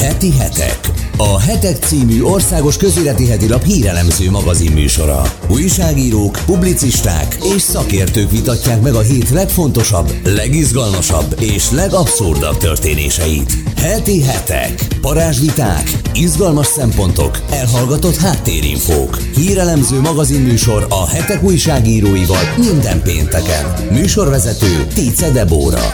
Heti hetek. A Hetek című országos közéleti hedilap hírelemző magazinműsora. Újságírók, publicisták és szakértők vitatják meg a hét legfontosabb, legizgalmasabb és legabszurdabb történéseit. Heti hetek. Parázsviták, izgalmas szempontok, elhallgatott háttérinfók. Hírelemző magazinműsor a Hetek újságíróival minden pénteken. Műsorvezető Tice Debóra.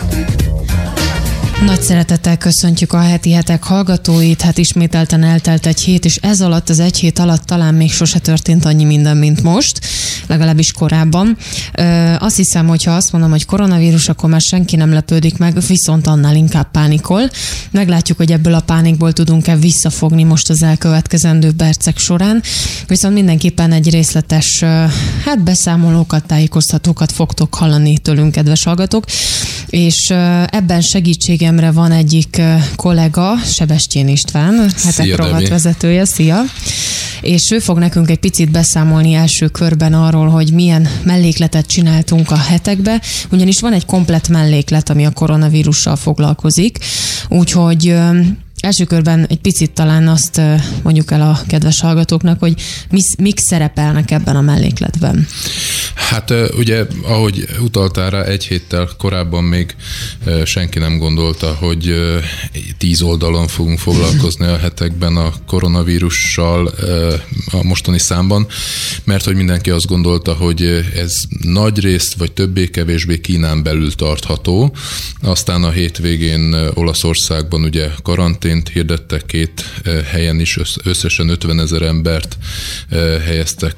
Nagy szeretettel köszöntjük a Heti hetek hallgatóit, hát ismételten eltelt egy hét, és ez alatt, az egy hét alatt talán még sose történt annyi minden, mint most, legalábbis korábban. Azt hiszem, hogy ha azt mondom, hogy koronavírus, akkor már senki nem lepődik meg, viszont annál inkább pánikol. Meglátjuk, hogy ebből a pánikból tudunk-e visszafogni most az elkövetkezendő percek során, viszont mindenképpen egy részletes beszámolókat, tájékoztatókat fogtok hallani tőlünk, kedves hallgatók, és ebben segítségemre van egyik kollega, Sebestyén István, Hetek rovat vezetője, szia! És ő fog nekünk egy picit beszámolni első körben arról, hogy milyen mellékletet csináltunk a hetekbe, ugyanis van egy komplett melléklet, ami a koronavírussal foglalkozik, úgyhogy első körben egy picit talán azt mondjuk el a kedves hallgatóknak, hogy mik szerepelnek ebben a mellékletben. Hát ugye, ahogy utaltál rá, egy héttel korábban még senki nem gondolta, hogy 10 oldalon fogunk foglalkozni a hetekben a koronavírussal a mostani számban, mert hogy mindenki azt gondolta, hogy ez nagy részt vagy többé-kevésbé Kínán belül tartható. Aztán a hétvégén Olaszországban ugye karantént hirdettek 2 helyen is, összesen 50 000 embert helyeztek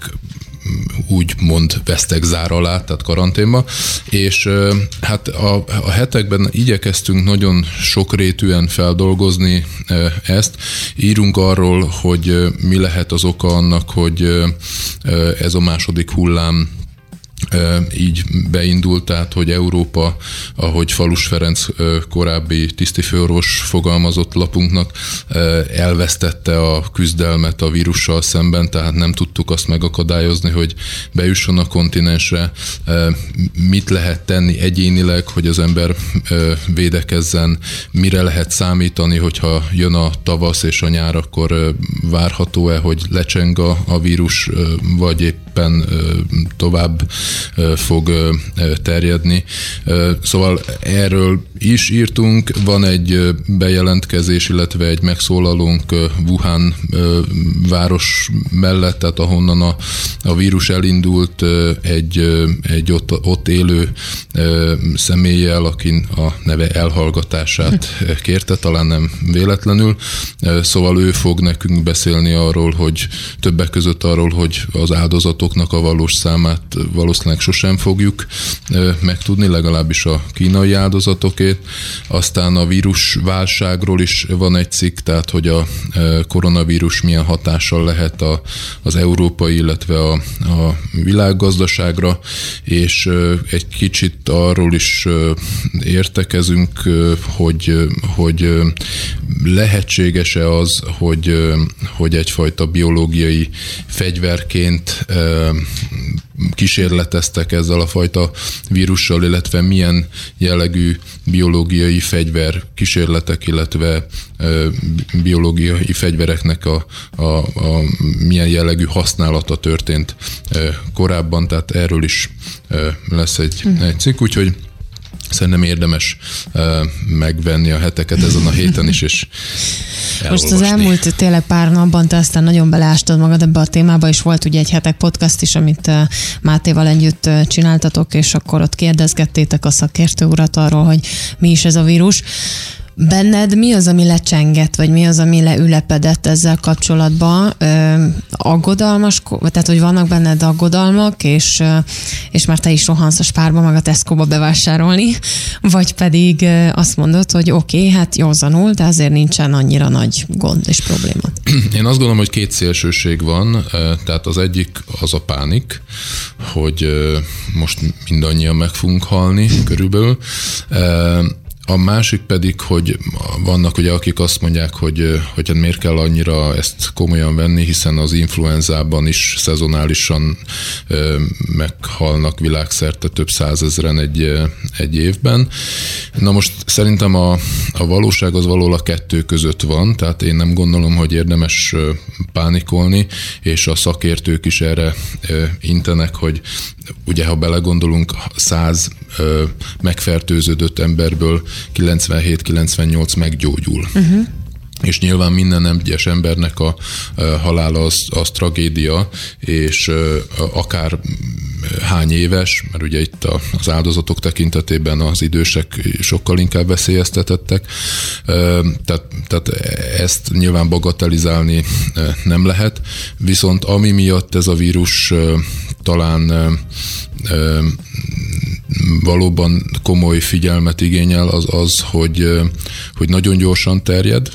úgymond vesztegzár alá, tehát karanténba, és hát a hetekben igyekeztünk nagyon sokrétűen feldolgozni ezt. Írunk arról, hogy mi lehet az oka annak, hogy ez a második hullám így beindult, tehát, hogy Európa, ahogy Falus Ferenc korábbi tisztifőorvos fogalmazott lapunknak, elvesztette a küzdelmet a vírussal szemben, tehát nem tudtuk azt megakadályozni, hogy bejusson a kontinensre. Mit lehet tenni egyénileg, hogy az ember védekezzen, mire lehet számítani, hogyha jön a tavasz és a nyár, akkor várható-e, hogy lecseng a vírus, vagy éppen tovább fog terjedni. Szóval erről is írtunk, van egy bejelentkezés, illetve egy megszólalónk Wuhan város mellett, tehát ahonnan a vírus elindult, egy ott élő személlyel, akin a neve elhallgatását kérte, talán nem véletlenül. Szóval ő fog nekünk beszélni arról, hogy többek között arról, hogy az áldozatoknak a valós számát valószínűleg sosem fogjuk megtudni, legalábbis a kínai áldozatokét. Aztán a vírus válságról is van egy cikk, tehát hogy a koronavírus milyen hatással lehet az európai, illetve a világgazdaságra, és egy kicsit arról is értekezünk, hogy lehetséges-e az, hogy egyfajta biológiai fegyverként kísérleteztek ezzel a fajta vírussal, illetve milyen jellegű biológiai fegyver kísérletek, illetve biológiai fegyvereknek a milyen jellegű használata történt korábban, tehát erről is lesz egy cikk, úgyhogy szerintem érdemes megvenni a heteket ezen a héten is, és elolvasni. Most az elmúlt tényleg pár napban te aztán nagyon beleástad magad ebbe a témába, és volt ugye egy Hetek podcast is, amit Mátéval együtt csináltatok, és akkor ott kérdezgettétek a szakértő urat arról, hogy mi is ez a vírus. Benned mi az, ami lecsengett, vagy mi az, ami leülepedett ezzel kapcsolatban? Aggodalmas, tehát hogy vannak benned aggodalmak, és már te is rohansz a Spárba, meg a Tesco-ba bevásárolni, vagy pedig azt mondod, hogy oké, hát józanul, de azért nincsen annyira nagy gond és probléma. Én azt gondolom, hogy 2 szélsőség van, tehát az egyik az a pánik, hogy most mindannyian meg fogunk halni körülbelül. A másik pedig, hogy vannak ugye, akik azt mondják, hogy miért kell annyira ezt komolyan venni, hiszen az influenzában is szezonálisan meghalnak világszerte több százezren egy évben. Na most szerintem a valóság az valahol a kettő között van, tehát én nem gondolom, hogy érdemes pánikolni, és a szakértők is erre intenek, hogy ugye, ha belegondolunk, 100 megfertőződött emberből 97-98 meggyógyul. Uh-huh. És nyilván minden egyes embernek a halála az tragédia, és akár hány éves, mert ugye itt az áldozatok tekintetében az idősek sokkal inkább veszélyeztetettek, tehát ezt nyilván bagatelizálni nem lehet, viszont ami miatt ez a vírus talán valóban komoly figyelmet igényel, az hogy nagyon gyorsan terjed,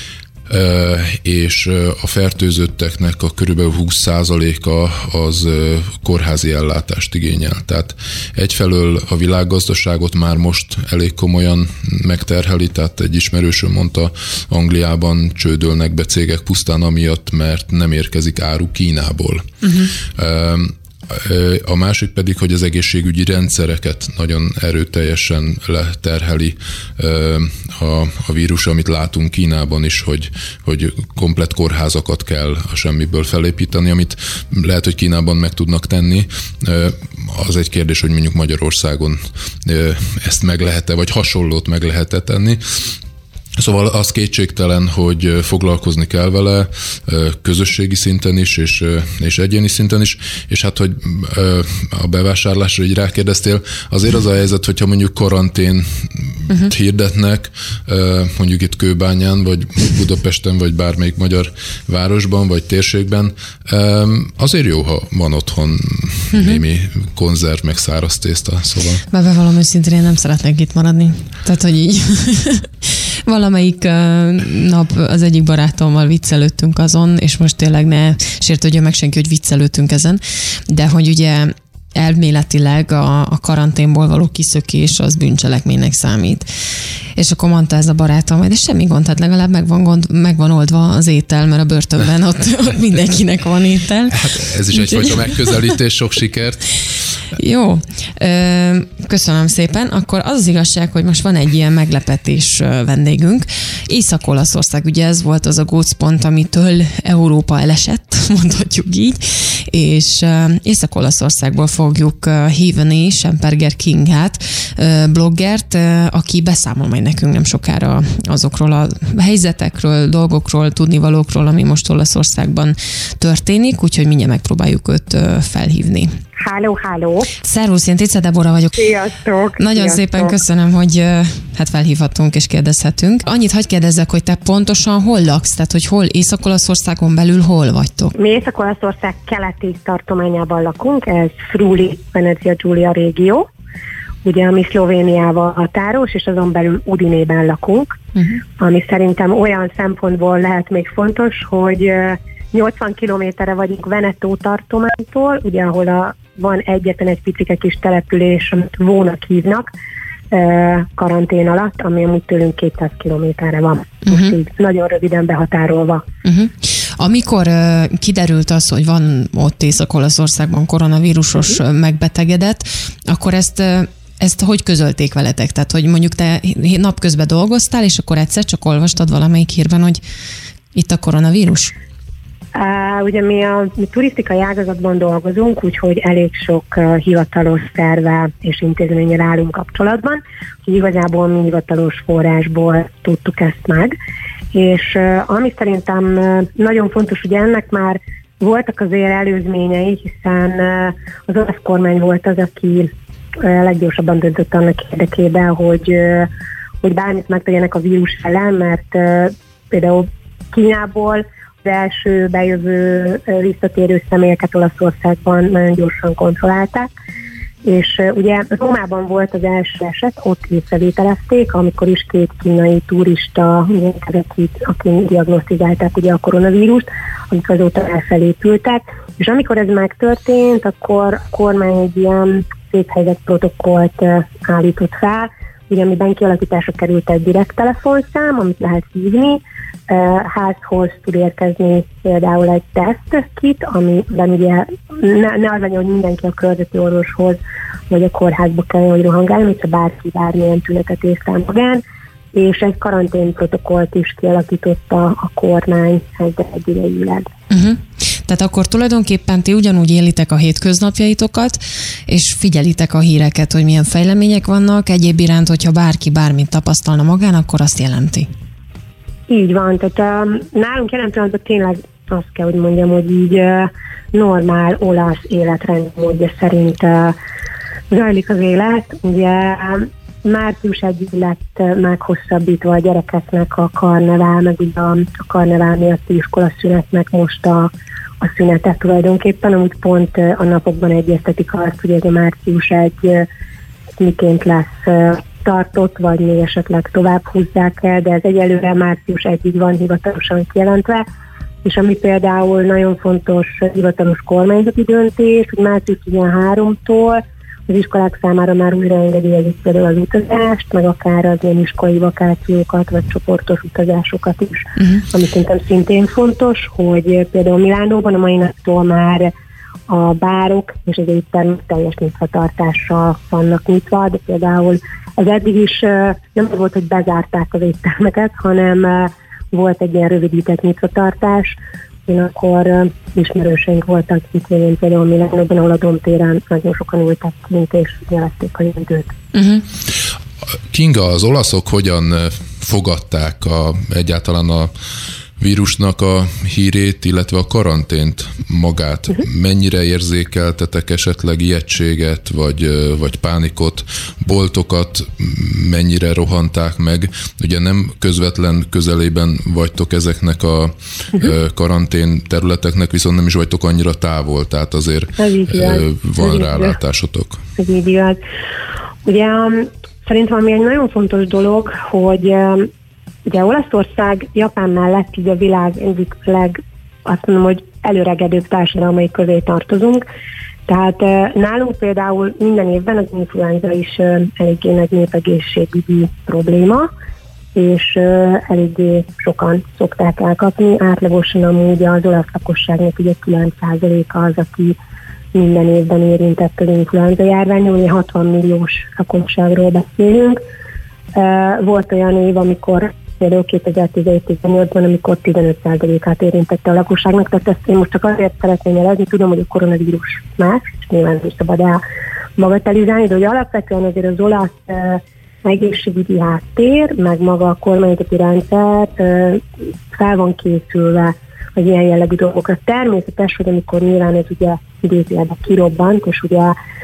és a fertőzötteknek a körülbelül 20%-a az kórházi ellátást igényel. Tehát egyfelől a világgazdaságot már most elég komolyan megterheli, tehát egy ismerősöm mondta, Angliában csődölnek be cégek pusztán amiatt, mert nem érkezik áru Kínából. Uh-huh. A másik pedig, hogy az egészségügyi rendszereket nagyon erőteljesen leterheli a vírus, amit látunk Kínában is, hogy komplett kórházakat kell a semmiből felépíteni, amit lehet, hogy Kínában meg tudnak tenni. Az egy kérdés, hogy mondjuk Magyarországon ezt meg lehet-e, vagy hasonlót meg lehet-e tenni. Szóval az kétségtelen, hogy foglalkozni kell vele közösségi szinten is, és egyéni szinten is, és hát, hogy a bevásárlásra így rákérdeztél, azért az a helyzet, hogyha mondjuk karantén hirdetnek, mondjuk itt Kőbányán, vagy Budapesten, vagy bármelyik magyar városban, vagy térségben, azért jó, ha van otthon némi konzerv, meg száraz tészta, szóval. Bevallom őszintén, én nem szeretnék itt maradni. Tehát, hogy így valamelyik nap az egyik barátommal viccelődtünk azon, és most tényleg ne sértődjön meg senki, hogy viccelődtünk ezen, de hogy ugye elméletileg a karanténból való kiszökés az bűncselekménynek számít. És akkor mondta ez a barátom, hogy de semmi gond, tehát legalább meg van oldva az étel, mert a börtönben ott mindenkinek van étel. Hát ez is egyfajta megközelítés, sok sikert. Jó, köszönöm szépen. Akkor az igazság, hogy most van egy ilyen meglepetés vendégünk. Észak-Olaszország, ugye ez volt az a gócpont, amitől Európa elesett, mondhatjuk így, és Észak-Olaszországból fogjuk hívni Semperger Kingát, bloggert, aki beszámol majd nekünk nem sokára azokról a helyzetekről, dolgokról, tudnivalókról, ami most Olaszországban történik, úgyhogy mindjárt megpróbáljuk őt felhívni. Háló. Szervusz, én Tice Debora vagyok. Sziasztok. Nagyon szépen köszönöm, hogy felhívhatunk és kérdezhetünk. Annyit hadd kérdezzek, hogy te pontosan hol laksz? Tehát, hogy hol Észak-Olaszországon belül hol vagytok? Mi Észak-Olaszország keleti tartományában lakunk, ez Friuli, Venezia Giulia régió. Ugye, ami Szlovéniával határos, és azon belül Udinében lakunk, ami szerintem olyan szempontból lehet még fontos, hogy 80 kilométerre vagyunk Veneto tartománytól, ugye, ahol van egyetlen egy picike kis település, amit Vónak hívnak, karantén alatt, ami amúgy tőlünk 200 kilométerre van. Most így nagyon röviden behatárolva. Amikor kiderült az, hogy van ott Észak-Olaszországban koronavírusos megbetegedett, akkor ezt hogy közölték veletek? Tehát, hogy mondjuk te napközben dolgoztál, és akkor egyszer csak olvastad valamelyik hírben, hogy itt a koronavírus? Ugye mi turisztikai ágazatban dolgozunk, úgyhogy elég sok hivatalos szervvel és intézménnyel állunk kapcsolatban, úgyhogy igazából mi hivatalos forrásból tudtuk ezt meg. És ami szerintem nagyon fontos, ugye ennek már voltak azért előzményei, hiszen az olasz kormány volt az, aki leggyorsabban döntött annak érdekében, hogy bármit megtegyenek a vírus ellen, mert például Kínából az első bejövő visszatérő személyeket Olaszországban nagyon gyorsan kontrollálták, és ugye Rómában volt az első eset, ott észrevételezték, amikor is 2 kínai turista, akik diagnosztizálták ugye a koronavírust, akik azóta elfelépültek, és amikor ez megtörtént, akkor a kormány egy ilyen székhelyzet protokollt állított fel, ugye amiben kialakításra került egy direkt telefonszám, amit lehet hívni, házhoz tud érkezni például egy tesztkit, amiben ugye ne az legyen, hogy mindenki a körzeti orvoshoz vagy a kórházba kell, hogy rohangáljon, hogyha bárki bármilyen tünetet észlel magán, és egy karanténprotokollt is kialakította a kormány egyidejűleg. Tehát akkor tulajdonképpen ti ugyanúgy élitek a hétköznapjaitokat, és figyelitek a híreket, hogy milyen fejlemények vannak, egyéb iránt, hogyha bárki bármit tapasztalna magán, akkor azt jelenti. Így van, tehát nálunk jelen pillanatban tényleg azt kell, hogy mondjam, hogy így normál olasz életrendmódja szerint zajlik az élet. Ugye március 1 lett meghosszabbítva a gyerekeknek a karnevál, meg ugye a karnevál miatti iskolaszünetnek most a szünetet tulajdonképpen, amúgy pont a napokban egyeztetik azt, hogy ez a március 1 miként lesz tartott, vagy még esetleg tovább húzzák el, de ez egyelőre március 1-ig van hivatalosan kijelentve, és ami például nagyon fontos hivatalos kormányzati döntés, hogy március 13-tól az iskolák számára már újra engedélyezik például az utazást, meg akár az ilyen iskolai vakációkat, vagy csoportos utazásokat is, ami szerintem szintén fontos, hogy például Milánóban a mai naptól már a bárok és az éttermek teljes nyitvatartással vannak nyitva, de például ez eddig is nem volt, hogy bezárták az éttermeket, hanem volt egy ilyen rövidített nyitvatartás. Én akkor ismerőseink voltak itt, például Milánóban, ahol a Domtéren nagyon sokan ültek kint, és jelezték a időt. Kinga, az olaszok hogyan fogadták egyáltalán a vírusnak a hírét, illetve a karantént magát? Mennyire érzékeltetek esetleg ijegységet, vagy pánikot? Boltokat mennyire rohanták meg? Ugye nem közvetlen közelében vagytok ezeknek a karantén területeknek, viszont nem is vagytok annyira távol, tehát azért van rálátásotok. Ez így igaz. Ugye szerintem ami egy nagyon fontos dolog, hogy ugye Olaszország Japán mellett így a világ egyik azt mondom, hogy előregedőbb társadalmai közé tartozunk. Tehát nálunk például minden évben az influenza is eléggé nagy népegészségügyi probléma, és eléggé sokan szokták elkapni. Átlagosan amúgy az olasz lakosságnak ugye 9%-a az, aki minden évben érintett az influenza járványon, ugye 60 milliós lakosságról beszélünk. Volt olyan év, amikor például 2017-18-ban, amikor 15%-át érintette a lakosságnak, tehát ezt én most csak azért szeretném jelezni, tudom, hogy a koronavírus más, és nyilván nem szabad elmagatelizálni, de hogy alapvetően azért az olasz egészségügyi háttér, meg maga a kormányzati rendszer fel van készülve az ilyen jellegű dolgokra. Természetes, hogy amikor nyilván ez ugye idézőjelben kirobbant, és ugye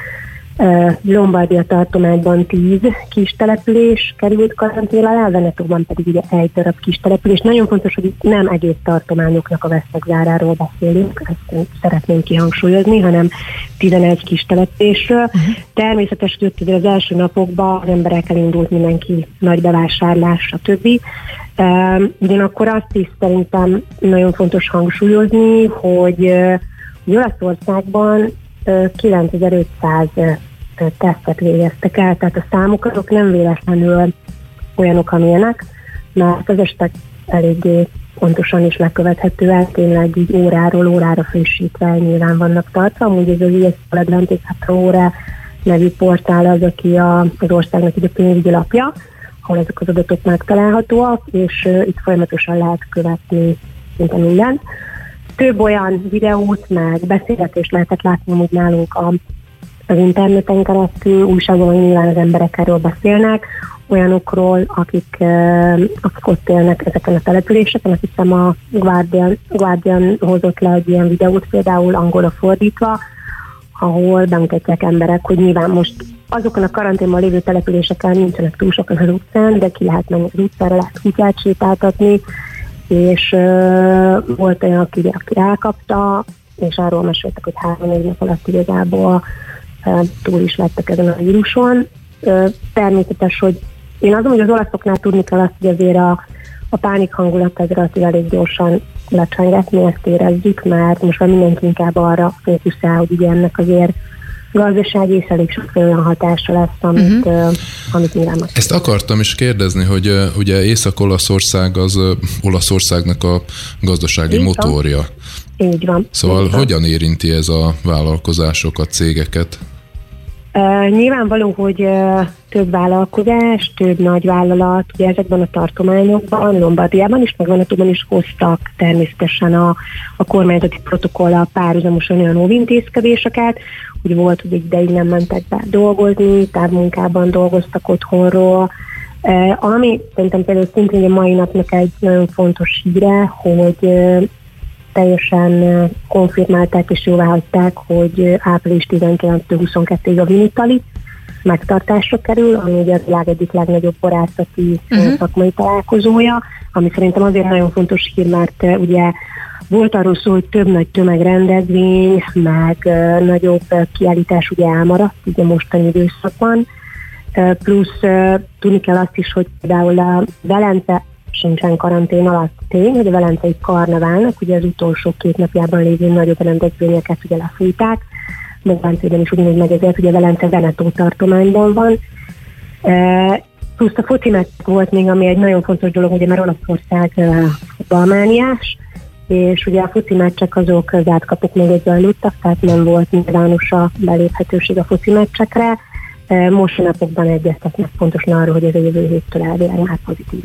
Lombardia tartományban 10 kis település került karantén alá, Venetóban pedig ugye egy darab kis település. Nagyon fontos, hogy itt nem egész tartományoknak a vesztegzáráról beszélünk, ezt szeretném kihangsúlyozni, hanem 11 kis településről. Természetes, hogy az első napokban az emberek elindult mindenki nagy bevásárlás, stb. Ugyanakkor azt is szerintem nagyon fontos hangsúlyozni, hogy Olaszországban 9500 tesztet végeztek el, tehát a számok azok nem véletlenül olyanok, amilyenek, mert az estek eléggé pontosan is lekövethetően, tényleg így óráról órára frissítve nyilván vannak tartva. Amúgy ez az Advantage óra nevű portál az, aki az országnak így a pénzügyi lapja, ahol ezek az adatok megtalálhatóak, és itt folyamatosan lehet követni szinte mindent. Több olyan videót, meg beszélgetést lehetett látni amúgy nálunk az interneten keresztül, újságban nyilván az emberek erről beszélnek, olyanokról, akik ott élnek ezeken a településeken. Azt hiszem a Guardian hozott le egy ilyen videót, például angolra fordítva, ahol bemutatják emberek, hogy nyilván most azokon a karanténban lévő településeken nincsenek túl sokan az utcán, de ki lehet menni az utcára, lehet kutyát sétáltatni, és volt olyan, aki elkapta, és arról meséltek, hogy 3-4 nap alatt igazából túl is lettek ezen a víruson. Természetes, hogy én azon, hogy az olaszoknál tudni kell azt, hogy azért a pánik hangulat ez relatív elég gyorsan lecsengetni, ezt érezzük, mert most már mindenki inkább arra fókuszál, hogy ugye ennek azért gazdasági és elég sok olyan hatása lesz, amit nyilván meg. Ezt akartam is kérdezni, hogy ugye Észak-Olaszország az Olaszországnak a gazdasági motorja. Így van. Szóval hogyan érinti ez a vállalkozásokat, cégeket? Nyilvánvaló, hogy több vállalkozás, több nagyvállalat, ugye ezekben a tartományokban, Lombardiában is, meg Venetóban is hoztak természetesen a kormányzati protokollal párhuzamosan olyan óvintézkedéseket, hogy volt, hogy egy ideig nem mentek be dolgozni, távmunkában dolgoztak otthonról, ami szerintem például szintén a mai napnak egy nagyon fontos híre, hogy teljesen konfirmálták és jóváhagyták, hogy április 19-22-ig a Vinitali megtartásra kerül, ami ugye a világ egyik legnagyobb borászati szakmai találkozója, ami szerintem azért nagyon fontos hír, mert ugye volt arról szó, hogy több nagy tömegrendezvény, meg nagyobb kiállítás ugye elmaradt ugye mostani időszakban, plusz tudni kell azt is, hogy például a Velence sincsen karantén alatt, tény, hogy a velencei karneválnak ugye az utolsó 2 napjában lévő nagyobb rendezvényeket ugye lefújták, de Velencében is ugyanúgy megy ezért, ugye Velence Veneto tartományban van. Plusz a foci meccs volt még, ami egy nagyon fontos dolog, ugye mert Olaszország futballmániás, és ugye a foci meccsek azok zárt kapuk mögött zajlottak, tehát nem volt nyilvános a beléphetőség a foci meccsekre. Most a napokban egyeztetnek pontosan arról, hogy ez a jövő héttől elvileg már pozitív.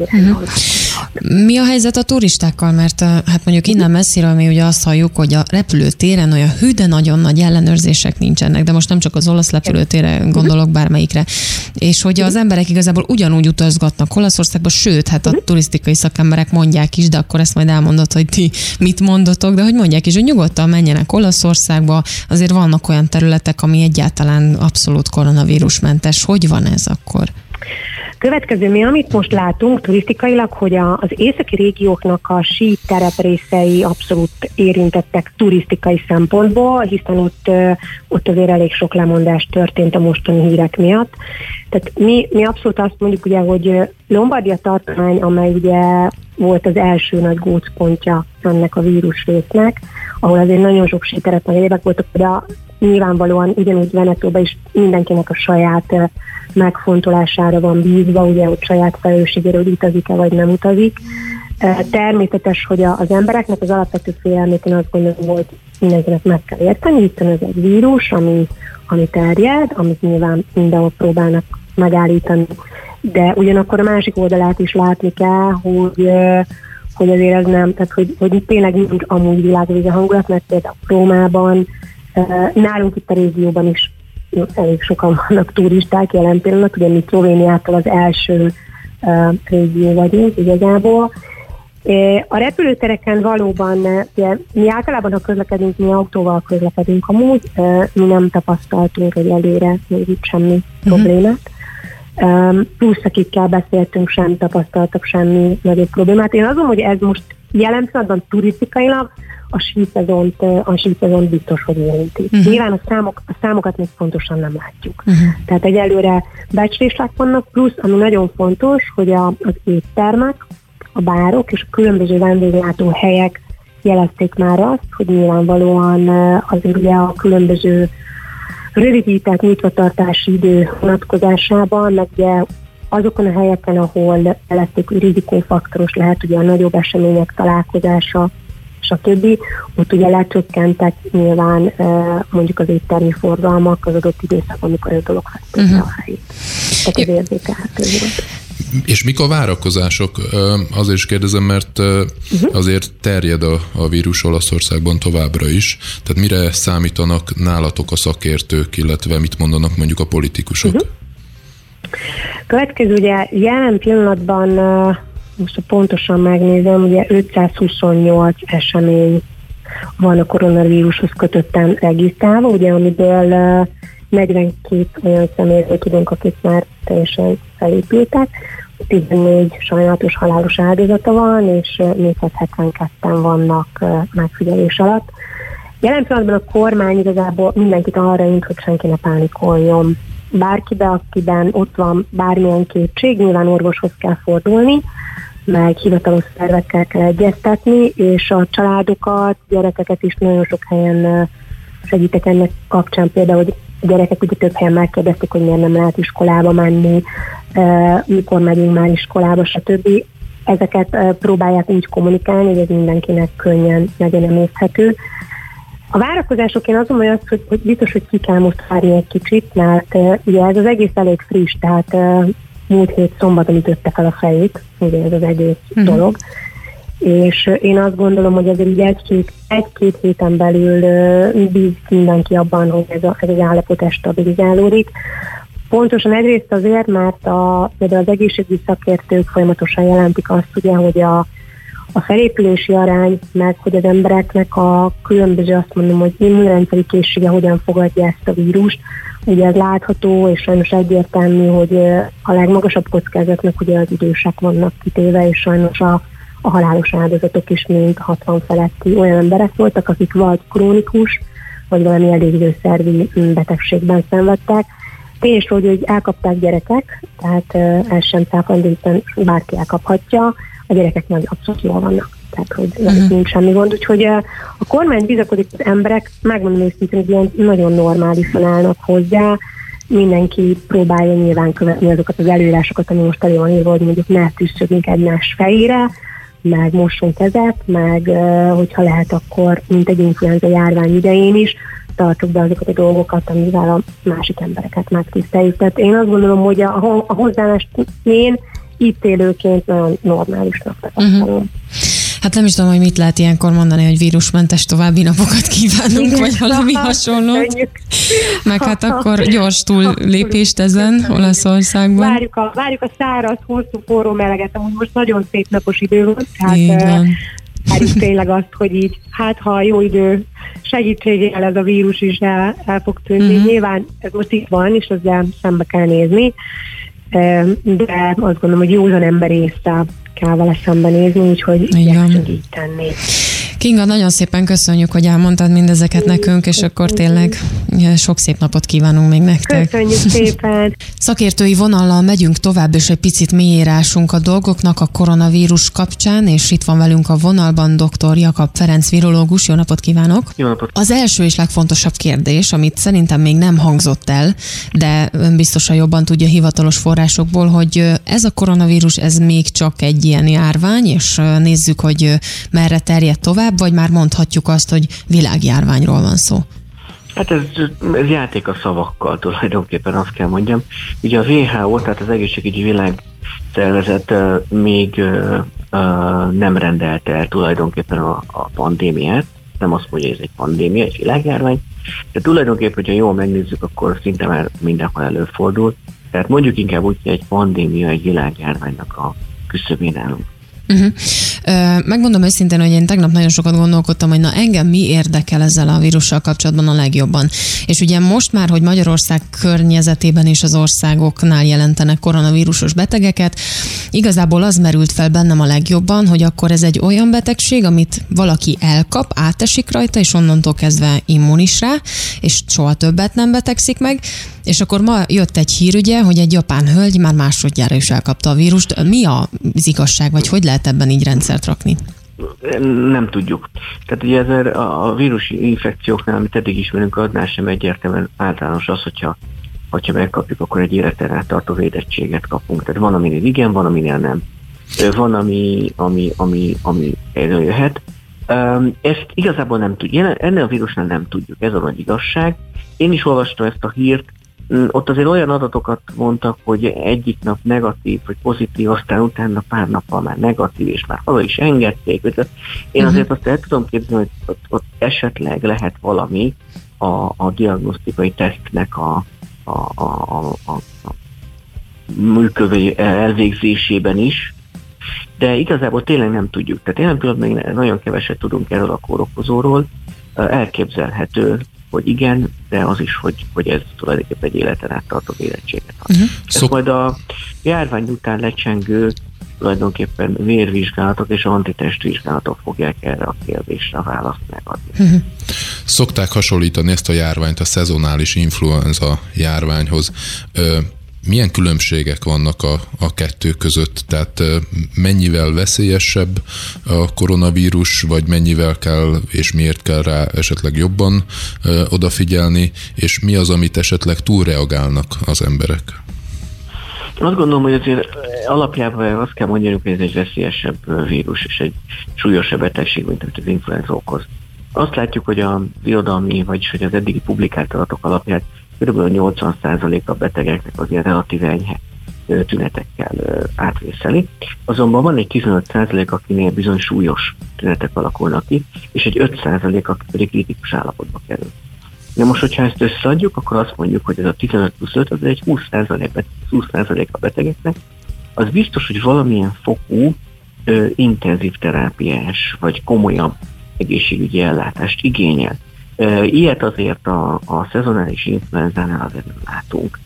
Mi a helyzet a turistákkal? Mert hát mondjuk innen messziről mi ugye azt halljuk, hogy a repülőtéren olyan hű, de nagyon nagy ellenőrzések nincsenek, de most nem csak az olasz repülőtérre gondolok, bármelyikre. És hogy az emberek igazából ugyanúgy utazgatnak Olaszországba, sőt, hát a turisztikai szakemberek mondják is, de akkor ezt majd elmondod, hogy ti mit mondotok, de hogy mondják is, hogy nyugodtan menjenek Olaszországba, azért vannak olyan területek, ami egyáltalán abszolút koronavírusmentes. Hogy van ez akkor? Következő mi, amit most látunk turisztikailag, hogy az északi régióknak a sí tereprészei abszolút érintettek turisztikai szempontból, hiszen ott azért elég sok lemondás történt a mostani hírek miatt. Tehát mi abszolút azt mondjuk ugye, hogy Lombardia tartomány, amely ugye volt az első nagy gócpontja ennek a vírusrésznek, ahol azért nagyon sok síterep meg egyébek voltak, de nyilvánvalóan ugyanúgy Venetóban is mindenkinek a saját megfontolására van bízva, ugye, hogy saját felelősségére, hogy utazik-e vagy nem utazik. Természetes, hogy az embereknek az alapvető félelmét én azt gondolom, hogy mindenkinek meg kell érteni, hiszen ez egy vírus, ami terjed, amit nyilván mindenhol próbálnak megállítani, de ugyanakkor a másik oldalát is látni kell, hogy azért ez nem, tehát hogy tényleg nincs amúgy világvége hangulat, mert például Rómában, nálunk itt a régióban is elég sokan vannak turisták jelen pillanat, ugye mi Szlovéniától az első régió vagyunk igazából. A repülőtereken valóban, ugye, mi általában, ha közlekedünk, mi autóval közlekedünk amúgy, mi nem tapasztaltunk egy előre még itt semmi problémát. Plusz akikkel beszéltünk, sem tapasztaltak semmi nagyobb problémát. Én azon, hogy ez most jelen pillanatban turisztikailag a síszezont biztos, hogy érinti. Nyilván a számokat még pontosan nem látjuk. Tehát egyelőre becslések vannak, plusz, ami nagyon fontos, hogy az éttermek, a bárok és a különböző vendéglátó helyek jelezték már azt, hogy nyilvánvalóan azért ugye a különböző rövidített nyitvatartási idő vonatkozásában, meg ugye azokon a helyeken, ahol jelezték, hogy rizikófaktoros lehet ugye a nagyobb események találkozása, stb. Ott ugye lecsökkentek nyilván mondjuk az éttermi forgalmak az adott időszakban, amikor ez dolog vette a helyét. Tehát ez érzékelhető volt. És mik a várakozások? Azért is kérdezem, mert azért terjed a vírus Olaszországban továbbra is. Tehát mire számítanak nálatok a szakértők, illetve mit mondanak mondjuk a politikusok? Következő ugye jelen pillanatban, most pontosan megnézem, ugye 528 esemény van a koronavírushoz kötötten regisztrálva, ugye amiből 42 olyan személyről tudunk, akik már teljesen felépültek, 14 sajnálatos halálos áldozata van, és 472-en vannak megfigyelés alatt. Jelen pillanatban a kormány igazából mindenkit arra int, hogy senki ne pánikoljon. Bárkibe, akiben ott van bármilyen kétség, nyilván orvoshoz kell fordulni, meg hivatalos szervekkel kell egyeztetni, és a családokat, gyerekeket is nagyon sok helyen segítek ennek kapcsán, például, hogy A gyerekek ugye több helyen megkérdezték, hogy miért nem lehet iskolába menni, mikor megyünk már iskolába, stb. Ezeket próbálják úgy kommunikálni, hogy ez mindenkinek könnyen legyen emészhető. A várakozások, én azt mondom, hogy biztos, hogy ki kell most várni egy kicsit, mert ugye ez az egész elég friss, tehát múlt hét szombaton ütötte fel a fejét, ugye ez az egész dolog. És én azt gondolom, hogy azért így egy-két héten belül bíz mindenki abban, hogy ez az állapot stabilizálódik. Pontosan egyrészt azért, mert például az egészségügyi szakértők folyamatosan jelentik azt, ugye, hogy a felépülési arány, meg hogy az embereknek a különböző, azt mondom, hogy immunrendszeri készsége hogyan fogadja ezt a vírust. Ugye ez látható, és sajnos egyértelmű, hogy a legmagasabb kockázatnak ugye az idősek vannak kitéve, és sajnos a halálos áldozatok is mind 60 feletti olyan emberek voltak, akik vagy krónikus, vagy valami elégzőszervi betegségben szenvedtek. Tényleg, hogy elkapták gyerekek, tehát ez sem cáfolni, hiszen bárki elkaphatja, a gyerekek nagy abszolút jól vannak, tehát hogy nincs semmi gond. Úgyhogy a kormány bizakodik, az emberek, megmondom őszintén, hogy ilyen nagyon normálisan állnak hozzá, mindenki próbálja nyilván követni azokat az előírásokat, ami most elő van írva, hogy mondjuk ne tűzszögjünk egymás fejére, meg mossunk kezet, meg hogyha lehet, akkor mint egy influenza járvány idején is, tartsuk be azokat a dolgokat, amivel a másik embereket megtiszteljük. Tehát én azt gondolom, hogy a hozzáállást én itt élőként nagyon normálisnak tapasztalom. Hát nem is tudom, hogy mit lehet ilyenkor mondani, hogy vírusmentes további napokat kívánunk, igen, vagy valami hasonló. Meg hát akkor gyors túllépést ezen Olaszországban. Várjuk a száraz, hosszú, forró meleget, amúgy most nagyon szép napos idő volt, tehát várjuk tényleg azt, hogy így, hát ha jó idő segítségével ez a vírus is el fog tűnni. Nyilván ez most itt van, és ezzel szembe kell nézni, de azt gondolom, hogy józan ember észre kell vele szembenézni, úgyhogy igyekszünk így tenni. Kinga, nagyon szépen köszönjük, hogy elmondtad mindezeket nekünk, és akkor tényleg sok szép napot kívánunk még nektek. Köszönjük szépen! Szakértői vonallal megyünk tovább, és egy picit mélyírásunk a dolgoknak a koronavírus kapcsán, és itt van velünk a vonalban dr. Jakab Ferenc virológus. Jó napot kívánok! Jó napot! Az első és legfontosabb kérdés, amit szerintem még nem hangzott el, de ön biztosan jobban tudja hivatalos forrásokból, hogy ez a koronavírus, ez még csak egy ilyen járvány, és nézzük, hogy merre terjed tovább, vagy már mondhatjuk azt, hogy világjárványról van szó? Hát ez játék a szavakkal tulajdonképpen, azt kell mondjam. Ugye a WHO, tehát az Egészségügyi Világszervezet még nem rendelte el tulajdonképpen a pandémiát, nem azt mondja, hogy ez egy pandémia, egy világjárvány, de tulajdonképpen, hogyha jól megnézzük, akkor szinte már mindenhol előfordul. Tehát mondjuk inkább úgy, hogy egy pandémia, egy világjárványnak a küszöbén állunk. Megmondom őszintén, hogy én tegnap nagyon sokat gondolkodtam, hogy na engem mi érdekel ezzel a vírussal kapcsolatban a legjobban. És ugye most már, hogy Magyarország környezetében és az országoknál jelentenek koronavírusos betegeket, igazából az merült fel bennem a legjobban, hogy akkor ez egy olyan betegség, amit valaki elkap, átesik rajta, és onnantól kezdve immunis rá, és soha többet nem betegszik meg. És akkor ma jött egy hír, ugye, hogy egy japán hölgy már másodjára is elkapta a vírust. Mi az igazság, vagy hogy lehet ebben így rendszert rakni? Nem tudjuk. Tehát ugye ez a vírusi infekcióknál, amit eddig ismerünk, annál sem egyértelműen általános az, hogyha megkapjuk, akkor egy életen át tartó védettséget kapunk. Tehát van, aminél igen, van, aminél nem. Van, ami előjöhet. Ezt igazából nem tudjuk. Ennél a vírusnál nem tudjuk. Ez a nagy igazság. Én is olvastam ezt a hírt. Ott azért olyan adatokat mondtak, hogy egyik nap negatív, vagy pozitív, aztán utána pár nappal már negatív, és már haza is engedték. Én azért azt el tudom képzelni, hogy ott esetleg lehet valami a diagnosztikai tesztnek a működő elvégzésében is, de igazából tényleg nem tudjuk. Tehát jelen pillanatban még nagyon keveset tudunk erről a kórokozóról. Elképzelhető, hogy igen, de az is, hogy ez tulajdonképpen egy életen át tartó érettséget ad. Ezt majd a járvány után lecsengő tulajdonképpen vérvizsgálatok és antitestvizsgálatok fogják erre a kérdésre a választ megadni. Szokták hasonlítani ezt a járványt a szezonális influenza járványhoz. Milyen különbségek vannak a kettő között? Tehát mennyivel veszélyesebb a koronavírus, vagy mennyivel kell és miért kell rá esetleg jobban odafigyelni, és mi az, amit esetleg túlreagálnak az emberek? Azt gondolom, hogy azért alapjában azt kell mondjuk, hogy ez egy veszélyesebb vírus, és egy súlyosabb betegség, mint amit az influenza okoz. Azt látjuk, hogy az irodalmi, vagyis hogy az eddigi publikált adatok alapján kb. 80% a betegeknek az ilyen relatíve enyhe tünetekkel átvészeli. Azonban van egy 15%, akinél bizony súlyos tünetek alakulnak ki, és egy 5%, aki pedig kritikus állapotba kerül. De most, hogyha ezt összeadjuk, akkor azt mondjuk, hogy ez a 15 plusz 5, az egy 20% a betegeknek, az biztos, hogy valamilyen fokú intenzív terápiás, vagy komolyabb egészségügyi ellátást igényel. Ilyet azért a szezonális influenzánál azért nem látunk.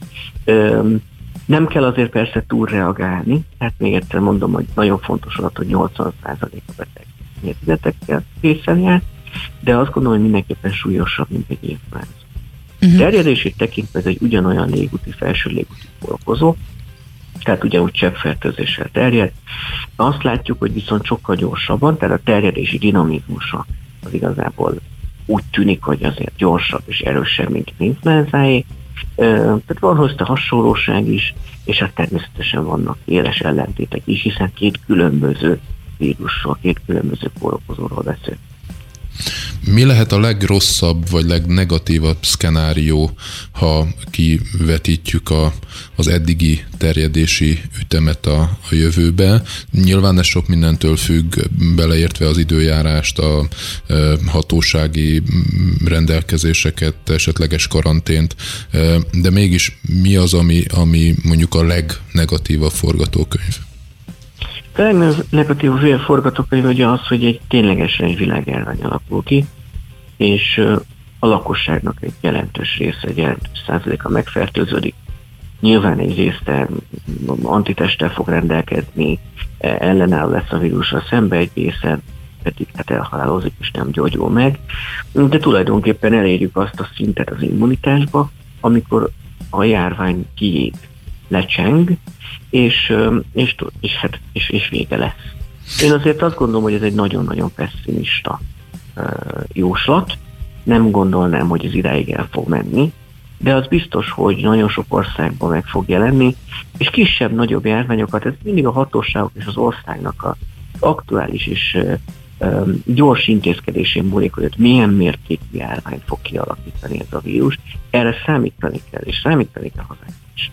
Nem kell azért persze túlreagálni, hát még egyszer mondom, hogy nagyon fontos alatt, hogy 80% a beteg tünetekkel készen jár, de azt gondolom, hogy mindenképpen súlyosabb, mint egy influenza. Terjedését tekintve ez egy ugyanolyan légúti, felső légúti kórokozó, tehát ugyanúgy cseppfertőzéssel terjed. Azt látjuk, hogy viszont sokkal gyorsabban, tehát a terjedési dinamizmusa az igazából úgy tűnik, hogy azért gyorsabb és erősebb, mint az influenzáé. Tehát van hozzá hasonlóság is, és hát természetesen vannak éles ellentétek is, hiszen két különböző vírusról, két különböző kórokozóról beszél. Mi lehet a legrosszabb vagy legnegatívabb szkenárió, ha kivetítjük az eddigi terjedési ütemet a jövőbe? Nyilván ez sok mindentől függ, beleértve az időjárást, a hatósági rendelkezéseket, esetleges karantént, de mégis mi az, ami mondjuk a legnegatívabb forgatókönyv? A legnegatív forgatókönyv ugye az, hogy egy ténylegesen egy világjárvány alakul ki, és a lakosságnak egy jelentős része, egy jelentős százaléka megfertőződik. Nyilván egy része antitesttel fog rendelkezni, ellenálló lesz a vírussal szembe, egy része pedig elhalálozik és nem gyógyul meg. De tulajdonképpen elérjük azt a szintet az immunitásba, amikor a járvány kiég, lecseng, és vége lesz. Én azért azt gondolom, hogy ez egy nagyon-nagyon pessimista jóslat. Nem gondolnám, hogy ez idáig el fog menni, de az biztos, hogy nagyon sok országban meg fog jelenni, és kisebb-nagyobb járványokat, ez mindig a hatóságok és az országnak az aktuális és gyors intézkedésén múlik, hogy milyen mértékű járványt fog kialakítani ez a vírus. Erre számítani kell, és számítani kell hozzá is.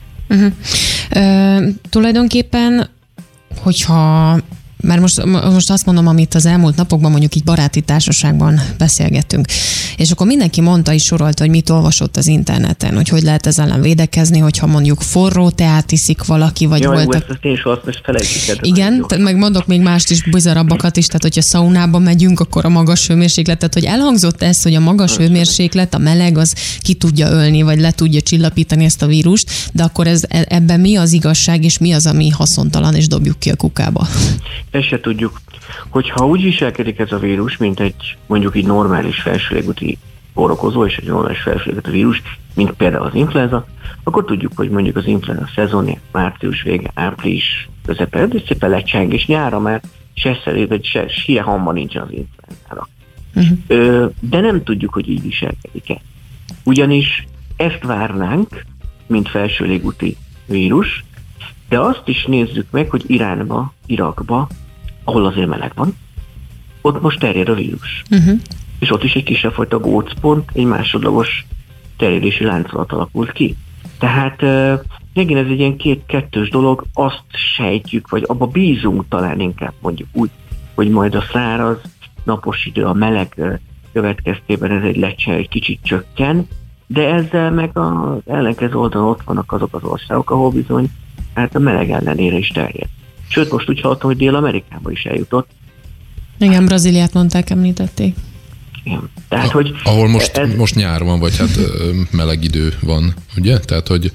Tulajdonképpen, hogyha mert most azt mondom, amit az elmúlt napokban mondjuk így baráti társaságban beszélgettünk, és akkor mindenki mondta és sorolta, hogy mit olvasott az interneten, hogy lehet ezzel ellen védekezni, hogyha mondjuk forró teát iszik valaki, vagy voltak... Ezt én is azt felejtjük. Igen, meg mondok még mást is, bizarabbakat is, tehát hogyha szaunába megyünk, akkor a magas hőmérsékletet, hogy elhangzott ez, hogy a magas hőmérséklet, a meleg, az ki tudja ölni, vagy le tudja csillapítani ezt a vírust, de akkor ebben mi az igazság, és mi az, ami haszontalan, és dobjuk ki a kukába? Ezt se tudjuk, hogyha úgy viselkedik ez a vírus, mint egy mondjuk így normális felső légúti kórokozó és egy normális felső légúti vírus, mint például az influenza, akkor tudjuk, hogy mondjuk az influenza szezonja március vége, április közepe, de szépen lecseng, és nyára már se szerint, vagy se hülye hamba nincsen az influenzára. De nem tudjuk, hogy így viselkedik-e. Ugyanis ezt várnánk, mint felső légúti vírus, de azt is nézzük meg, hogy Iránba, Irakba, ahol azért meleg van, ott most terjed a vírus. És ott is egy kisebb fajta gócpont, egy másodlagos terjedési láncolat alakult ki. Tehát megint ez egy ilyen kettős dolog, azt sejtjük, vagy abba bízunk talán inkább mondjuk úgy, hogy majd a száraz, napos idő, a meleg következtében ez egy kicsit csökken, de ezzel meg az ellenkező oldalon ott vannak azok az országok, ahol bizony hát a meleg ellenére is terjed. Sőt, most úgy hallottam, hogy Dél-Amerikába is eljutott. Igen, Brazíliát mondták, említették. Igen. Tehát, hogy ahol most nyár van, vagy hát meleg idő van, ugye? Tehát, hogy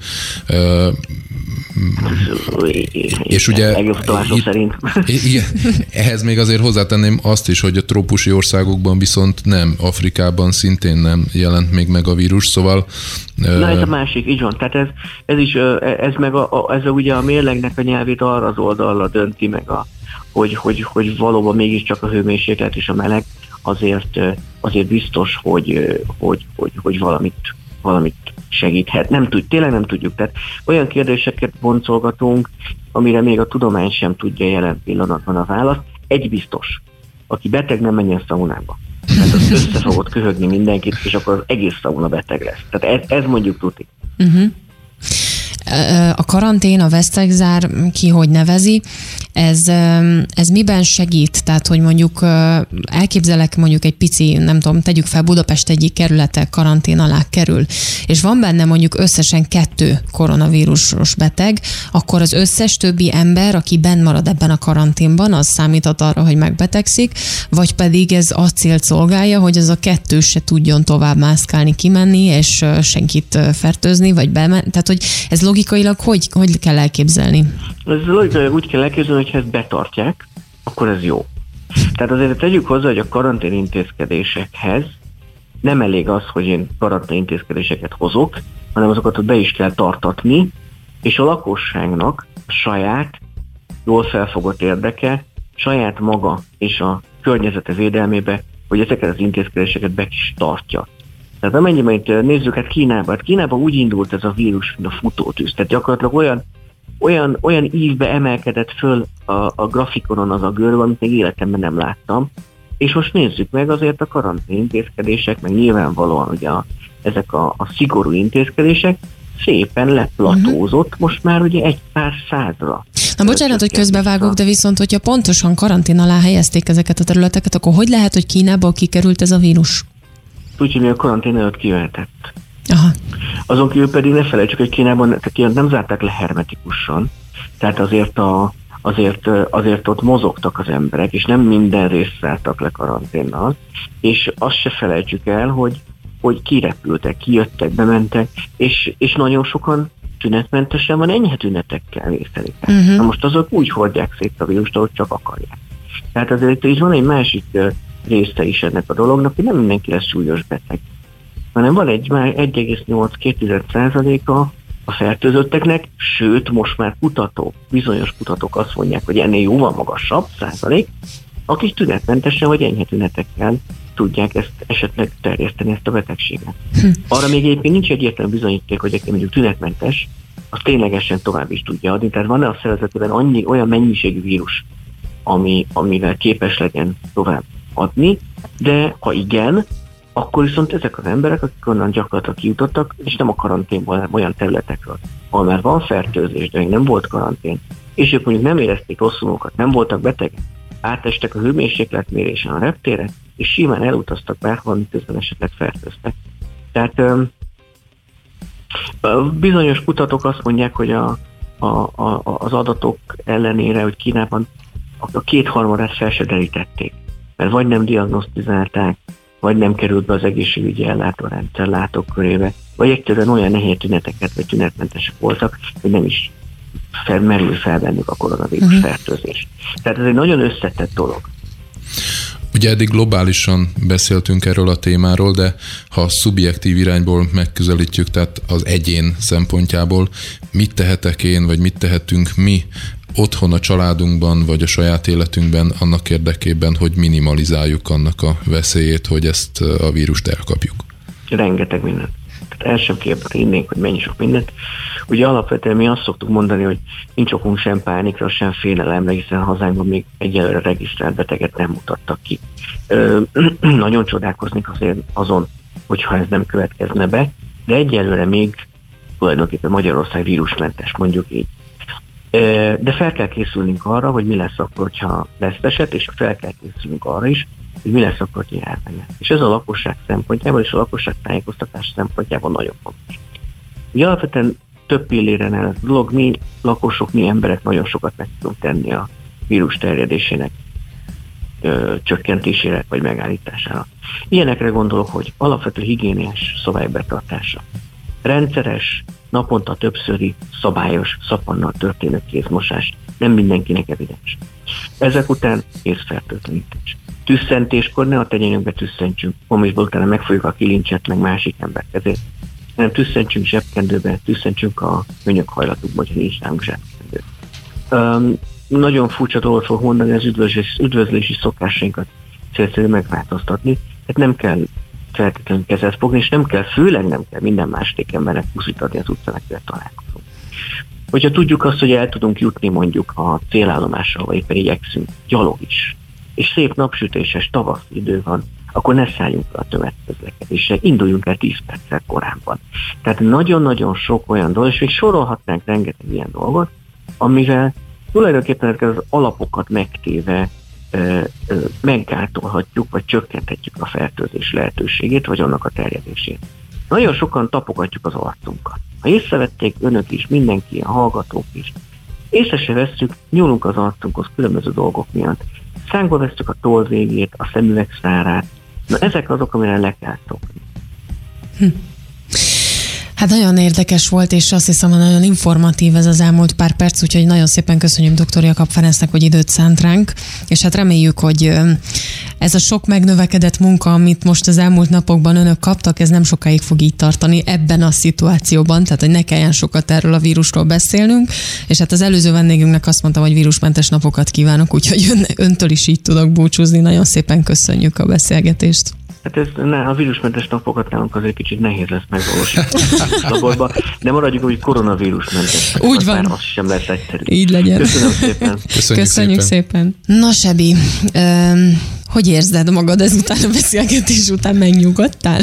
és ugye szerint. Igen, ehhez még azért hozzátenném azt is, hogy a trópusi országokban viszont nem, Afrikában szintén nem jelent még meg a vírus, szóval... Na ez a másik, így van. Tehát ez ugye a mérlegnek a nyelvét arra az oldalra dönti meg, hogy valóban mégiscsak a hőmérséklet és a meleg azért biztos, hogy valamit segíthet. Tényleg nem tudjuk. Tehát olyan kérdéseket boncolgatunk, amire még a tudomány sem tudja jelen pillanatban a választ. Egy biztos, aki beteg, nem menjen szaunába. Tehát az össze fogod köhögni mindenkit, és akkor az egész szauna beteg lesz. Tehát ez mondjuk tuti. Uh-huh. A karantén, a vesztegzár, ki hogy nevezi, ez miben segít? Tehát, hogy mondjuk elképzelek mondjuk egy pici, nem tudom, tegyük fel Budapest egyik kerülete karantén alá kerül, és van benne mondjuk összesen 2 koronavírusos beteg, akkor az összes többi ember, aki benn marad ebben a karanténban, az számíthat arra, hogy megbetegszik, vagy pedig ez a célt szolgálja, hogy az a 2 se tudjon tovább mászkálni, kimenni, és senkit fertőzni, vagy bemenni. Tehát, hogy ez logikailag hogy kell elképzelni? Ez logikailag úgy kell elképzelni, hogy ha ezt betartják, akkor ez jó. Tehát azért tegyük hozzá, hogy a karantén intézkedésekhez nem elég az, hogy én karantén intézkedéseket hozok, hanem azokat be is kell tartatni, és a lakosságnak a saját, jól felfogott érdeke, saját maga és a környezete védelmébe, hogy ezeket az intézkedéseket be is tartja. Tehát amennyiben itt nézzük Kínában úgy indult ez a vírus, mint a futótűz. Tehát gyakorlatilag olyan ívbe emelkedett föl a grafikonon az a görbe, amit még életemben nem láttam. És most nézzük meg azért a karantén intézkedések, meg nyilvánvalóan ugye ezek a szigorú intézkedések szépen leplatózott, most már ugye egy pár százra. Na bocsánat, hogy közbevágok, de viszont, hogyha pontosan karantén alá helyezték ezeket a területeket, akkor hogy lehet, hogy Kínából kikerült ez a vírus? Úgyhogy mi a karantén előtt kivehetett. Aha. Azon kívül pedig ne felejtsük, hogy Kínában nem zárták le hermetikusan, tehát azért ott mozogtak az emberek, és nem minden részt zártak le karanténnal, és azt se felejtsük el, hogy kirepültek, kijöttek, bementek, és nagyon sokan tünetmentesen van, enyhe tünetekkel vészelik. Uh-huh. Na most azok úgy hordják szét a vírust, ahogy csak akarják. Tehát azért is van egy másik része is ennek a dolognak, hogy nem mindenki lesz súlyos beteg, hanem van egy már 1,8-2% a fertőzötteknek, sőt, most már bizonyos kutatók azt mondják, hogy ennél jóval magasabb százalék, akik tünetmentesen vagy enyhe tünetekkel tudják ezt esetleg terjeszteni, ezt a betegséget. Arra még egyébként nincs egyértelmű bizonyíték, hogy aki mondjuk tünetmentes, az ténylegesen tovább is tudja adni. Tehát van-e a szervezetben olyan mennyiségű vírus, amivel képes legyen tovább adni, de ha igen, akkor viszont ezek az emberek, akik onnan gyakorlatilag kijutottak, és nem a karanténból, hanem olyan területekről, ahol már van fertőzés, de még nem volt karantén, és ők mondjuk nem érezték rosszul magukat, nem voltak betegek, átestek a hőmérsékletmérésen a reptéren, és simán elutaztak bárhol, miközben esetleg fertőztek. Tehát bizonyos kutatók azt mondják, hogy az adatok ellenére, hogy Kínában a 2/3 fel se derítették, mert vagy nem diagnosztizálták, vagy nem került be az egészségügyi ellátórendszer látókörébe, vagy egyszerűen olyan nehéz tüneteket, vagy tünetmentesek voltak, hogy nem is merül fel bennük a koronavírus fertőzés. Tehát ez egy nagyon összetett dolog. Ugye eddig globálisan beszéltünk erről a témáról, de ha szubjektív irányból megközelítjük, tehát az egyén szempontjából, mit tehetek én, vagy mit tehetünk mi otthon a családunkban, vagy a saját életünkben annak érdekében, hogy minimalizáljuk annak a veszélyét, hogy ezt a vírust elkapjuk? Rengeteg mindent. Tehát el sem kérdeznénk, hogy mennyi sok mindent. Ugye alapvetően mi azt szoktuk mondani, hogy nincs okunk sem pánikra, sem félelemre, hiszen hazánkban még egyelőre regisztrált beteget nem mutattak ki. Nagyon csodálkoznék azért azon, hogyha ez nem következne be, de egyelőre még tulajdonképpen Magyarország vírusmentes, mondjuk így. De fel kell készülnünk arra, hogy mi lesz akkor, ha lesz eset, és fel kell készülnünk arra is, hogy mi lesz akkor, hogy járvány. És ez a lakosság szempontjából és a lakosság tájékoztatás szempontjából nagyon fontos. Ugye alapvetően több pilléren el a dolog, mi lakosok, mi emberek nagyon sokat meg tudunk tenni a vírus terjedésének csökkentésére vagy megállítására. Ilyenekre gondolok, hogy alapvető higiéniás szabályok betartása. Rendszeres, naponta többszöri, szabályos, szapannal történő kézmosás nem mindenkinek evidens. Ezek után kézfertőtlenítés. Tüsszentéskor ne a tenyérünkbe tüsszentsünk, amisból utána megfogjuk a kilincset meg másik ember kezét, hanem tüsszentsünk zsebkendőbe, tüsszentsünk a könyökhajlatukba, hogy nincs nálunk zsebkendő. Nagyon furcsa dolgot fogok mondani, az üdvözlési szokásainkat célszerű megváltoztatni, tehát nem kell feltétlenül kezet fogni, és főleg nem kell minden másik embernek puszítani az utcán, akivel találkozunk. Hogyha tudjuk azt, hogy el tudunk jutni mondjuk a célállomásra, vagy éppen igyekszünk gyalog is, és szép napsütéses tavasz idő van, akkor ne szálljunk fel a tömegközlekedésre, induljunk el 10 perccel korábban. Tehát nagyon-nagyon sok olyan dolog, és még sorolhatnánk rengeteg ilyen dolgot, amivel tulajdonképpen az alapokat megtéve meggátolhatjuk, vagy csökkenthetjük a fertőzés lehetőségét, vagy annak a terjedését. Nagyon sokan tapogatjuk az arcunkat. Ha észrevették önök is, mindenki, a hallgatók is, észre se vesszük, nyúlunk az arcunkhoz különböző dolgok miatt. Szánkba vesszük a toll végét, a szemüvegszárát. Na ezek azok, amire le kell szokni. Hát nagyon érdekes volt, és azt hiszem, hogy nagyon informatív ez az elmúlt pár perc, úgyhogy nagyon szépen köszönjük dr. Jakab Ferencnek, hogy időt szánt ránk, és hát reméljük, hogy ez a sok megnövekedett munka, amit most az elmúlt napokban önök kaptak, ez nem sokáig fog így tartani ebben a szituációban, tehát hogy ne kelljen sokat erről a vírusról beszélnünk, és hát az előző vendégünknek azt mondtam, hogy vírusmentes napokat kívánok, úgyhogy öntől is így tudok búcsúzni. Nagyon szépen köszönjük a beszélgetést. Hát a vírusmentes napokat nálunk azért kicsit nehéz lesz megvalósítani, de maradjuk úgy koronavírusmentes. Úgy van. Az sem lesz egyszerű. Így legyen. Köszönöm szépen. Köszönjük szépen. Na Sebi, hogy érzed magad ezután a beszélgetés után, megnyugodtál?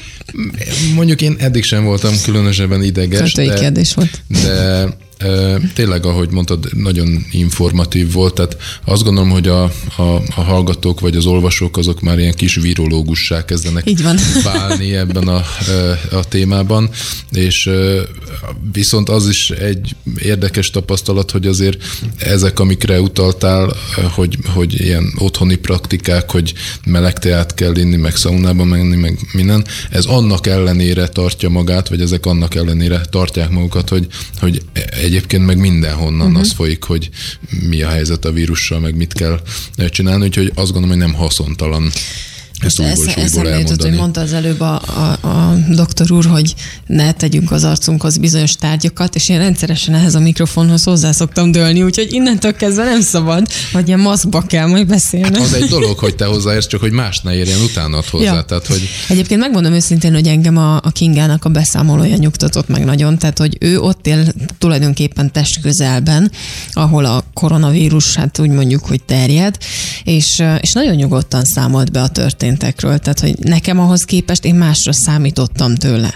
Mondjuk én eddig sem voltam különösebben ideges. Költői kérdés volt. De tényleg, ahogy mondtad, nagyon informatív volt, tehát azt gondolom, hogy a hallgatók vagy az olvasók azok már ilyen kis virológussá kezdenek válni ebben a témában, és viszont az is egy érdekes tapasztalat, hogy azért ezek, amikre utaltál, hogy ilyen otthoni praktikák, hogy meleg teát kell inni, meg szaunába menni, meg minden, ez annak ellenére tartja magát, vagy ezek annak ellenére tartják magukat, hogy egyébként meg mindenhonnan az folyik, hogy mi a helyzet a vírussal, meg mit kell csinálni, úgyhogy azt gondolom, hogy nem haszontalan ezt újból elmondani. Hogy mondta az előbb a doktor úr, hogy ne tegyünk az arcunkhoz bizonyos tárgyakat, és én rendszeresen ehhez a mikrofonhoz hozzá szoktam dőlni, úgyhogy innentől kezdve nem szabad, hogy ilyen maszkba kell majd beszélni. Hát az egy dolog, hogy te hozzáérsz, csak hogy más ne érjen utánad hozzá. Ja. Tehát, hogy... Egyébként megmondom őszintén, hogy engem a Kingának a beszámolója nyugtatott meg nagyon, tehát hogy ő ott él tulajdonképpen testközelben, ahol a koronavírus, hát úgy mondjuk, hogy terjed, és nagyon nyugodtan számolt be a történtekről, tehát hogy nekem ahhoz képest én másra számítottam tőle.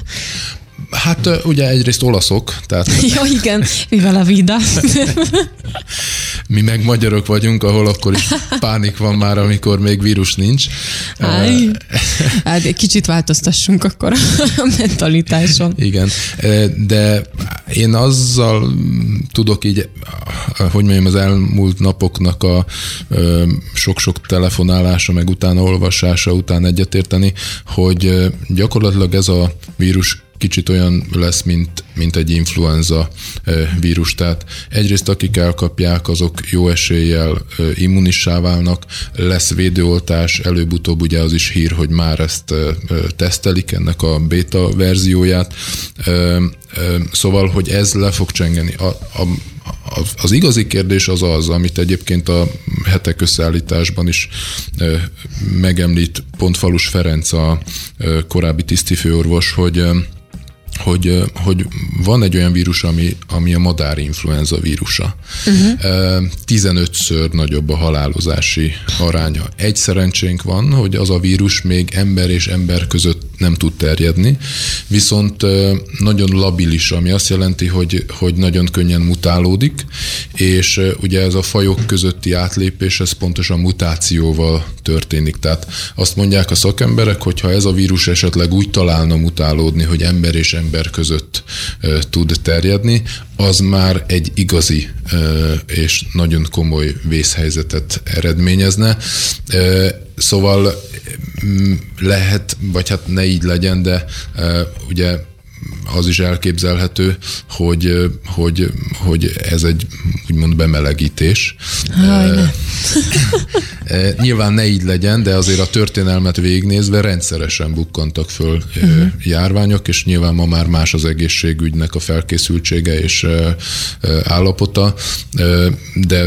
Hát ugye egyrészt olaszok, tehát... Ja, igen, mivel a vida. Mi meg magyarok vagyunk, ahol akkor is pánik van már, amikor még vírus nincs. Hát egy kicsit változtassunk akkor a mentalitáson. Igen, de én azzal tudok így, hogy mondjam, az elmúlt napoknak a sok-sok telefonálása, meg utána olvasása után egyetérteni, hogy gyakorlatilag ez a vírus kicsit olyan lesz, mint egy influenza vírus. Tehát egyrészt akik elkapják, azok jó eséllyel immunissá válnak, lesz védőoltás, előbb-utóbb ugye az is hír, hogy már ezt tesztelik, ennek a beta verzióját. Szóval, hogy ez le fog csengeni. Az igazi kérdés az, amit egyébként a hetek összeállításban is megemlít Pontfalus Ferenc, a korábbi tisztifőorvos, hogy van egy olyan vírus, ami a madárinfluenza vírusa. 15-ször nagyobb a halálozási aránya. Egy szerencsénk van, hogy az a vírus még ember és ember között nem tud terjedni, viszont nagyon labilis, ami azt jelenti, hogy nagyon könnyen mutálódik, és ugye ez a fajok közötti átlépés, ez pontosan mutációval történik. Tehát azt mondják a szakemberek, hogyha ez a vírus esetleg úgy találna mutálódni, hogy ember és ember között tud terjedni, az már egy igazi és nagyon komoly vészhelyzetet eredményezne. Szóval lehet, vagy hát ne így legyen, de ugye az is elképzelhető, hogy ez egy úgymond bemelegítés. Nyilván ne így legyen, de azért a történelmet végignézve rendszeresen bukkantak föl járványok, és nyilván ma már más az egészségügynek a felkészültsége és állapota, de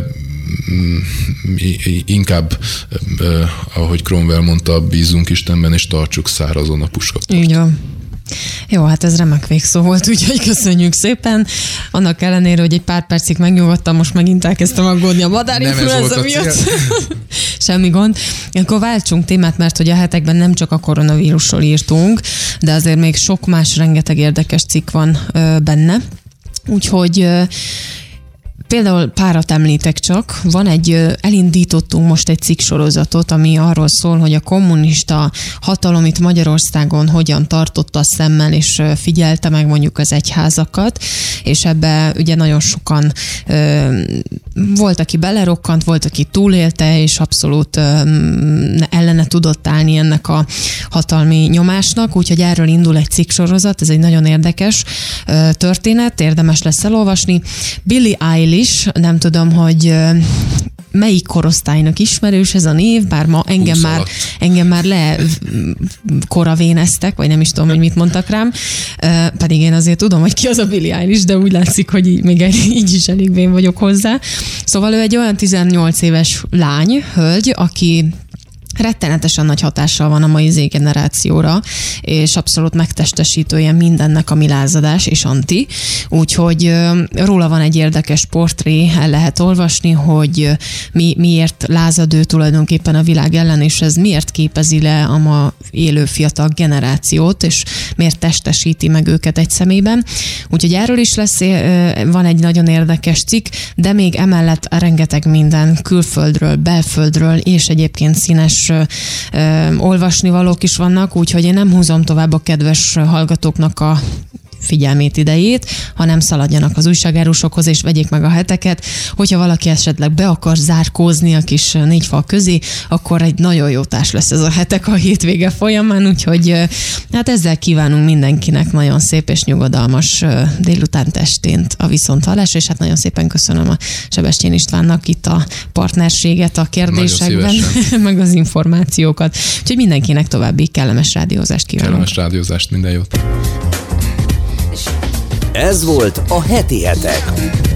inkább, ahogy Cromwell mondta, bízunk Istenben, és tartsuk szárazon a puskaport. Így van. Jó, hát ez remek végszó volt, úgyhogy köszönjük szépen. Annak ellenére, hogy egy pár percig megnyugodtam, most megint elkezdtem aggódni a madárinfluenza miatt. Semmi gond. Akkor váltsunk témát, mert hogy a hetekben nem csak a koronavírusról írtunk, de azért még sok más rengeteg érdekes cikk van benne. Úgyhogy például párat említek csak, elindítottunk most egy cikksorozatot, ami arról szól, hogy a kommunista hatalom itt Magyarországon hogyan tartotta szemmel, és figyelte meg mondjuk az egyházakat, és ebbe ugye nagyon sokan volt, aki belerokkant, volt, aki túlélte, és abszolút ellene tudott állni ennek a hatalmi nyomásnak, úgyhogy erről indul egy cikksorozat, ez egy nagyon érdekes történet, érdemes lesz elolvasni. Billie Eilish, nem tudom, hogy melyik korosztálynak ismerős ez a név, bár ma engem már koravéneztek, vagy nem is tudom, hogy mit mondtak rám, pedig én azért tudom, hogy ki az a Billie Eilish, de úgy látszik, hogy még így is elég vén vagyok hozzá. Szóval ő egy olyan 18 éves lány, hölgy, aki rettenetesen nagy hatással van a mai Z-generációra, és abszolút megtestesítője mindennek, ami lázadás és anti. Úgyhogy róla van egy érdekes portré, el lehet olvasni, hogy miért lázad ő tulajdonképpen a világ ellen, és ez miért képezi le a ma élő fiatal generációt, és miért testesíti meg őket egy személyben. Úgyhogy erről is lesz, van egy nagyon érdekes cikk, de még emellett rengeteg minden külföldről, belföldről, és egyébként színes olvasnivalók is vannak, úgyhogy én nem húzom tovább a kedves hallgatóknak a figyelmét, idejét, hanem szaladjanak az újságárusokhoz, és vegyék meg a heteket. Hogyha valaki esetleg be akar zárkózni a kis négy fal közé, akkor egy nagyon jó társ lesz ez a hetek a hétvége folyamán, úgyhogy hát ezzel kívánunk mindenkinek nagyon szép és nyugodalmas délután testént a viszonthallásra, és hát nagyon szépen köszönöm a Sebestyén Istvánnak itt a partnerséget a kérdésekben, meg az információkat. Úgyhogy mindenkinek további kellemes rádiózást kívánok. Kellemes rádiózást, minden jót! Ez volt a Heti Hetek.